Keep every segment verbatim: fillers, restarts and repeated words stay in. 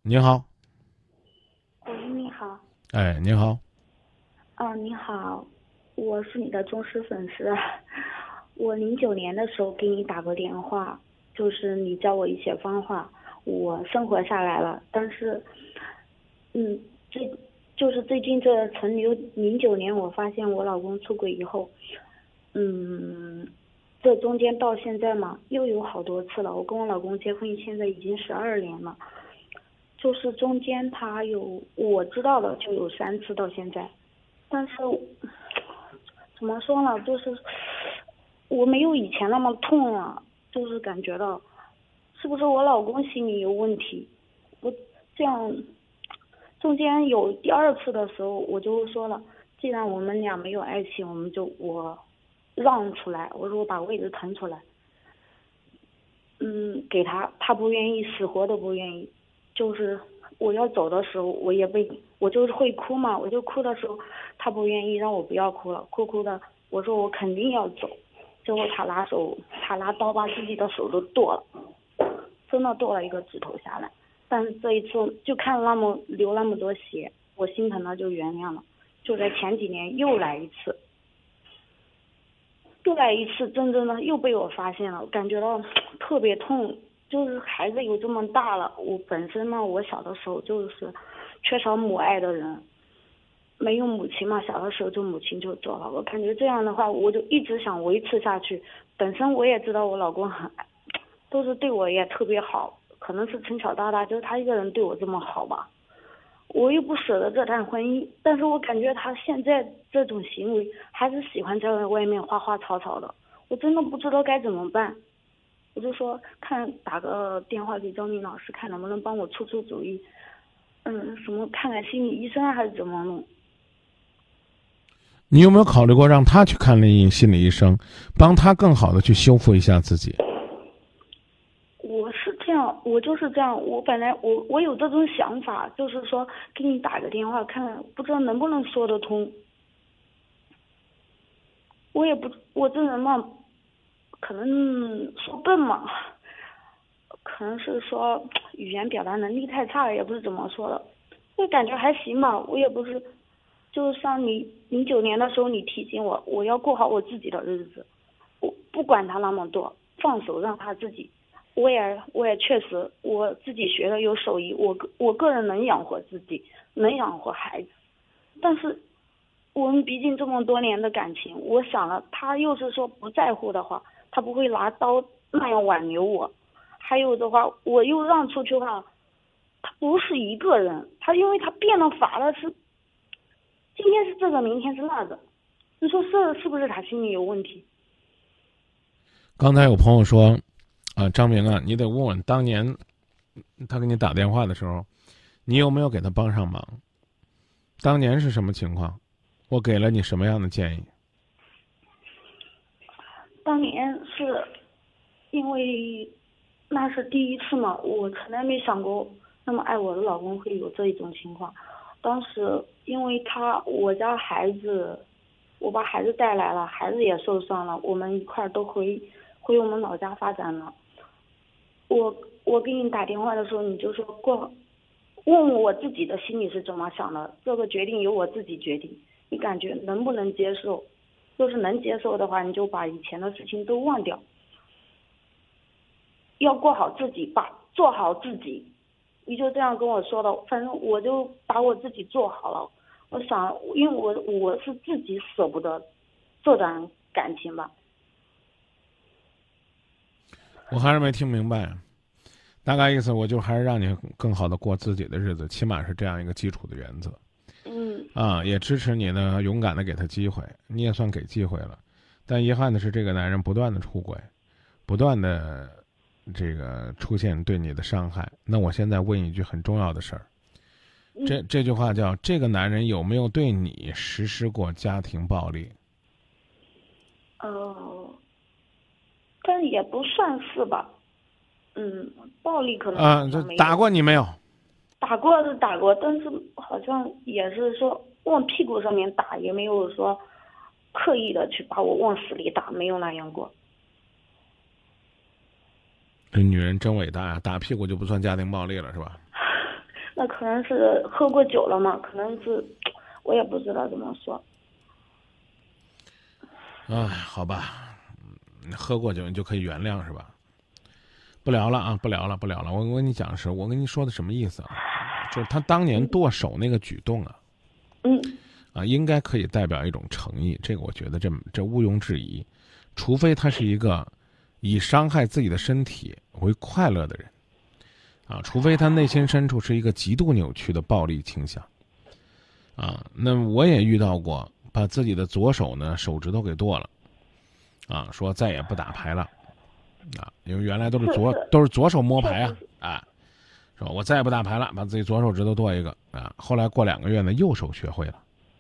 你好。 喂，你好。 哎，你好。 哦，你好，我是你的忠实粉丝。我零九年的时候给你打过电话，就是你教我一些方法，我生活下来了。但是，嗯，最就是最近这从零零九年我发现我老公出轨以后，嗯，这中间到现在嘛，又有好多次了。我跟我老公结婚现在已经十二年了。就是中间他有我知道的就有三次到现在，但是怎么说呢，就是我没有以前那么痛了，就是感觉到是不是我老公心里有问题。我这样中间有第二次的时候，我就说了，既然我们俩没有爱情，我们就我让出来，我说我把位置腾出来，嗯，给他，他不愿意，死活都不愿意。就是我要走的时候，我也被我就是会哭嘛，我就哭的时候，他不愿意，让我不要哭了，哭哭的，我说我肯定要走。最后他拿手，他拿刀把自己的手都剁了，真的剁了一个指头下来。但是这一次就看那么流那么多血，我心疼了就原谅了。就在前几年又来一次，又来一次，真正的又被我发现了，感觉到特别痛。就是孩子有这么大了，我本身嘛，我小的时候就是缺少母爱的人，没有母亲嘛，小的时候就母亲就走了。我感觉这样的话，我就一直想维持下去。本身我也知道我老公很爱，都是对我也特别好，可能是从小到大就是他一个人对我这么好吧。我又不舍得这段婚姻，但是我感觉他现在这种行为还是喜欢在外面花花草草的，我真的不知道该怎么办。我就说看打个电话给张明老师，看能不能帮我出出主意。嗯，什么看看心理医生啊，还是怎么弄？ 你有没有考虑过让他去看理心理医生，帮他更好的去修复一下自己？ 我是这样，我就是这样。我本来我我有这种想法，就是说给你打个电话看看，不知道能不能说得通。我也不，我这人嘛，可能说笨嘛，可能是说语言表达能力太差了，也不是怎么说的，就感觉还行吧。我也不是，就像你零九年的时候，你提醒我，我要过好我自己的日子，我不管他那么多，放手让他自己。我也我也确实我自己学的有手艺，我个我个人能养活自己，能养活孩子，但是我们毕竟这么多年的感情，我想了，他又是说不在乎的话，他不会拿刀那样挽留我。还有的话，我又让出去的话，他不是一个人，他因为他变了法了，是今天是这个，明天是那个。你说是是不是他心里有问题？ 刚才有朋友说，啊，张明啊，你得问问当年他给你打电话的时候，你有没有给他帮上忙？当年是什么情况？我给了你什么样的建议？ 当年是因为那是第一次嘛，我从来没想过那么爱我的老公会有这一种情况。当时因为他我家孩子，我把孩子带来了，孩子也受伤了，我们一块儿都回回我们老家发展了。我我给你打电话的时候，你就说过问我自己的心里是怎么想的，这个决定由我自己决定，你感觉能不能接受？就是能接受的话，你就把以前的事情都忘掉，要过好自己，把做好自己。你就这样跟我说的，反正我就把我自己做好了。我想，因为我我是自己舍不得这段感情吧。 我还是没听明白。大概意思，我就还是让你更好的过自己的日子，起码是这样一个基础的原则。 嗯。 啊，也支持你呢，勇敢的给他机会，你也算给机会了。但遗憾的是，这个男人不断的出轨，不断的这个出现对你的伤害。那我现在问一句很重要的事儿，这嗯。 这句话叫：这个男人有没有对你实施过家庭暴力？ 呃，但也不算是吧。嗯，暴力可能啊， 好这打像没有。 过你没有？ 打过是打过，但是好像也是说往屁股上面打，也没有说刻意的去把我往死里打，没有那样过。 这女人真伟大呀，打屁股就不算家庭暴力了，是吧？ 那可能是喝过酒了嘛，可能是我也不知道怎么说。 哎，好吧，嗯喝过酒你就可以原谅是吧？不聊了啊，不聊了，不聊了。我我跟你讲的是，我跟你说的什么意思啊？就是他当年剁手那个举动啊， 嗯啊，应该可以代表一种诚意，这个我觉得这这毋庸置疑。除非他是一个以伤害自己的身体为快乐的人，啊，除非他内心深处是一个极度扭曲的暴力倾向，啊，那我也遇到过把自己的左手呢手指头给剁了，啊，说再也不打牌了，啊，因为原来都是左是是都是左手摸牌啊，啊，说我再也不打牌了，把自己左手指头剁一个，啊，后来过两个月呢，右手学会了。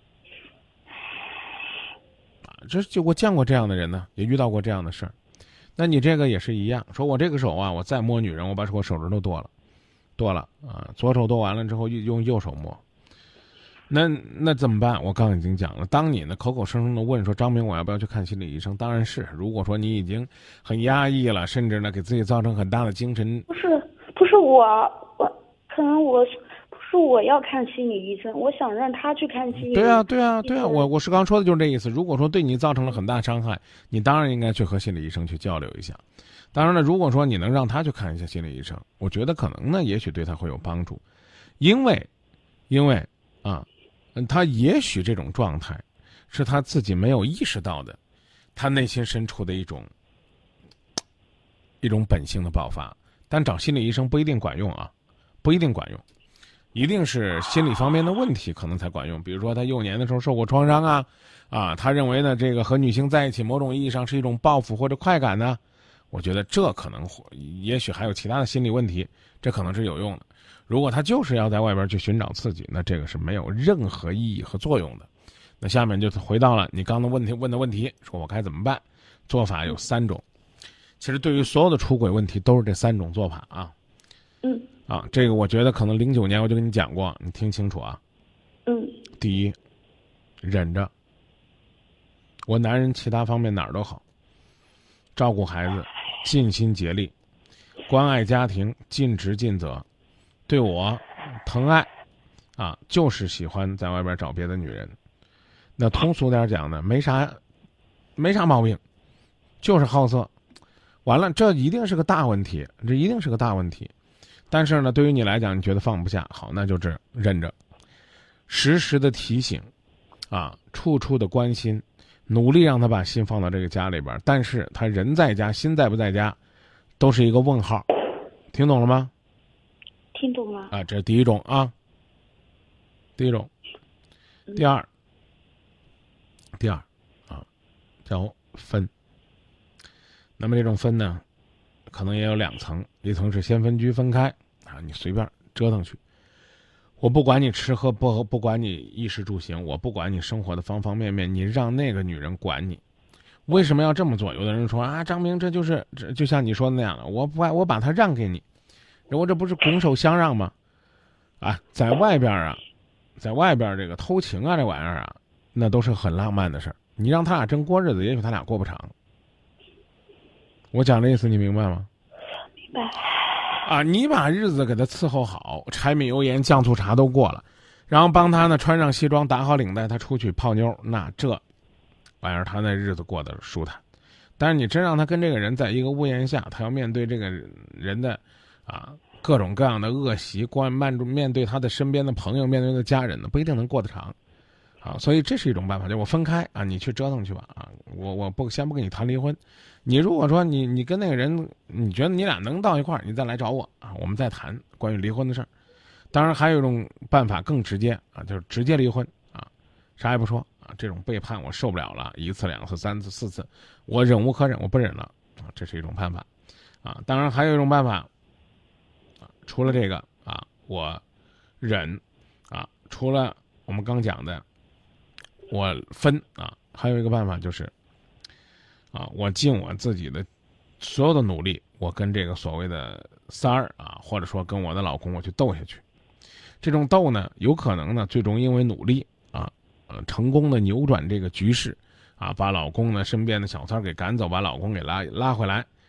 这就我见过这样的人呢，也遇到过这样的事儿。那你这个也是一样，说我这个手啊，我再摸女人，我把我手指头剁了，剁了啊，左手剁完了之后用用右手摸，那那怎么办？我刚已经讲了，当你呢口口声声的问说张明我要不要去看心理医生，当然是，如果说你已经很压抑了，甚至呢给自己造成很大的精神， 不是不是我我可能我不是我要看心理医生，我想让他去看心理医生。 对啊，对啊，对啊，我我是刚说的就是这意思。如果说对你造成了很大伤害，你当然应该去和心理医生去交流一下。当然了，如果说你能让他去看一下心理医生，我觉得可能呢，也许对他会有帮助，因为，因为啊，嗯他也许这种状态是他自己没有意识到的，他内心深处的一种一种本性的爆发。但找心理医生不一定管用啊，不一定管用。一定是心理方面的问题可能才管用，比如说他幼年的时候受过创伤啊，啊，他认为呢这个和女性在一起某种意义上是一种报复或者快感呢，我觉得这可能也许还有其他的心理问题，这可能是有用的。如果他就是要在外边去寻找刺激，那这个是没有任何意义和作用的。那下面就回到了你刚刚问题问的问题，说我该怎么办？做法有三种，其实对于所有的出轨问题都是这三种做法啊。 嗯啊，这个我觉得可能零九年我就跟你讲过，你听清楚啊。 嗯第一，忍着。我男人其他方面哪儿都好，照顾孩子，尽心竭力，关爱家庭，尽职尽责，对我疼爱，啊，就是喜欢在外边找别的女人。那通俗点讲呢，没啥，没啥毛病，就是好色。完了，这一定是个大问题，这一定是个大问题。但是呢，对于你来讲，你觉得放不下，好，那就是忍着，时时的提醒，啊，处处的关心，努力让他把心放到这个家里边。但是他人在家，心在不在家，都是一个问号，听懂了吗？ 听懂了。 啊，这是第一种啊。第一种，第二，第二，啊，叫分。那么这种分呢？可能也有两层，一层是先分居分开啊，你随便折腾去，我不管你吃喝不喝，不管你衣食住行，我不管你生活的方方面面，你让那个女人管你。为什么要这么做？有的人说啊，张明这就是这就像你说的那样的，我不爱我把她让给你，我这不是拱手相让吗？啊，在外边啊，在外边这个偷情啊，这玩意儿啊，那都是很浪漫的事儿。你让他俩真过日子，也许他俩过不长。我讲的意思你明白吗？ 明白。 啊，你把日子给他伺候好，柴米油盐酱醋茶都过了，然后帮他呢穿上西装打好领带，他出去泡妞，那这玩意儿他那日子过得舒坦。但是你真让他跟这个人在一个屋檐下，他要面对这个人的啊各种各样的恶习惯，面面对他的身边的朋友，面对他的家人呢，不一定能过得长。啊，所以这是一种办法，就是我分开啊，你去折腾去吧啊，我我不先不跟你谈离婚，你如果说你你跟那个人，你觉得你俩能到一块儿，你再来找我啊，我们再谈关于离婚的事儿。当然还有一种办法更直接啊，就是直接离婚啊，啥也不说啊，这种背叛我受不了了，一次两次三次四次，我忍无可忍，我不忍了啊，这是一种办法啊。当然还有一种办法啊，除了这个啊，我忍啊，除了我们刚讲的。我分啊，还有一个办法就是，啊，我尽我自己的所有的努力，我跟这个所谓的三儿啊，或者说跟我的老公，我去斗下去。这种斗呢，有可能呢，最终因为努力啊，呃，成功的扭转这个局势，啊，把老公呢身边的小三儿给赶走，把老公给拉拉回来。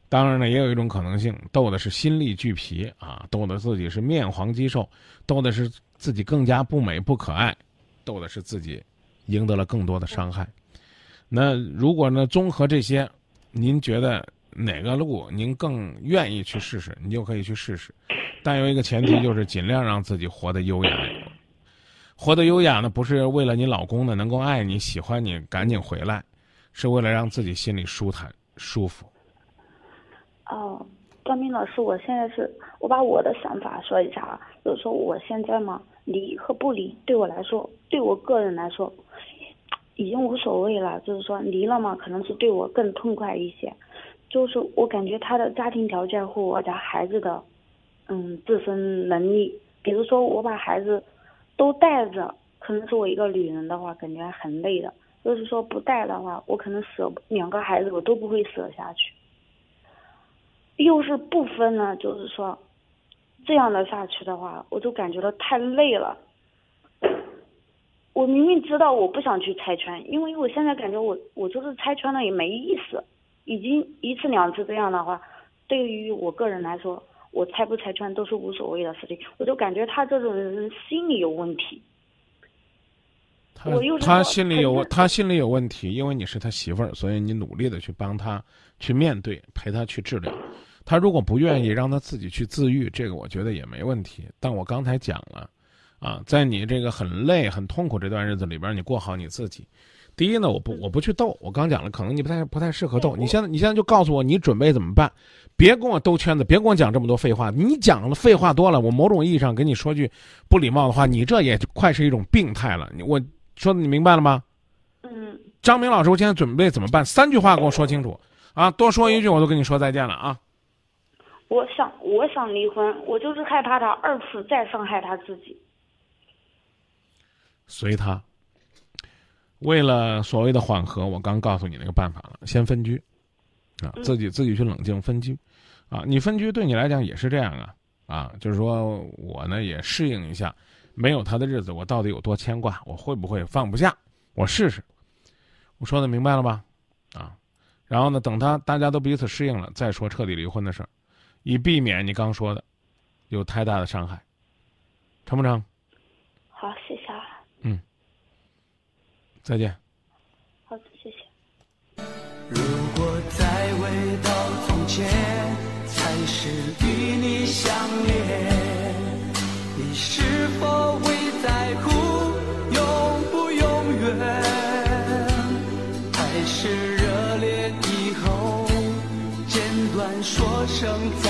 当然呢，也有一种可能性，斗的是心力俱疲啊，斗的自己是面黄肌瘦，斗的是自己更加不美不可爱，斗的是自己赢得了更多的伤害。那如果呢，综合这些，您觉得哪个路您更愿意去试试，你就可以去试试。但有一个前提，就是尽量让自己活得优雅。活得优雅呢，不是为了你老公呢能够爱你、喜欢你，赶紧回来，是为了让自己心里舒坦、舒服。 哦，张明老师，我现在是我把我的想法说一下啊，就是说我现在嘛，离和不离对我来说，对我个人来说，已经无所谓了。就是说离了嘛，可能是对我更痛快一些。就是我感觉他的家庭条件和我家孩子的，嗯，自身能力，比如说我把孩子都带着，可能是我一个女人的话，感觉很累的。就是说不带的话，我可能舍两个孩子我都不会舍下去。又是不分呢，就是说这样的下去的话，我就感觉到太累了。我明明知道我不想去拆穿，因为我现在感觉我我就是拆穿了也没意思，已经一次两次这样的话，对于我个人来说，我拆不拆穿都是无所谓的事情。我就感觉他这种人心理有问题。 他他心里有他心里有问题，因为你是他媳妇儿，所以你努力的去帮他去面对，陪他去治疗。他如果不愿意，让他自己去自愈，这个我觉得也没问题。但我刚才讲了，啊，在你这个很累、很痛苦这段日子里边，你过好你自己。第一呢，我不我不去斗，我刚讲了，可能你不太不太适合斗。你现在你现在就告诉我你准备怎么办，别跟我兜圈子，别跟我讲这么多废话。你讲了废话多了，我某种意义上跟你说句不礼貌的话，你这也快是一种病态了。我说的你明白了吗？ 嗯。 张明老师，我现在准备怎么办？三句话跟我说清楚啊！多说一句我都跟你说再见了啊！ 我想，我想离婚，我就是害怕他二次再伤害他自己。 随他。为了所谓的缓和，我刚告诉你那个办法了，先分居，啊，自己自己去冷静分居，啊，你分居对你来讲也是这样啊，啊，就是说我呢也适应一下，没有他的日子，我到底有多牵挂，我会不会放不下，我试试。我说的明白了吧？啊，然后呢，等他大家都彼此适应了，再说彻底离婚的事儿。以避免你刚说的有太大的伤害，成不成？ 好，谢谢啊。 嗯，再见。 好的，谢谢。 如果再回到从前，才是与你相恋，你是否会在乎永不永远？还是热烈以后简短说声再见？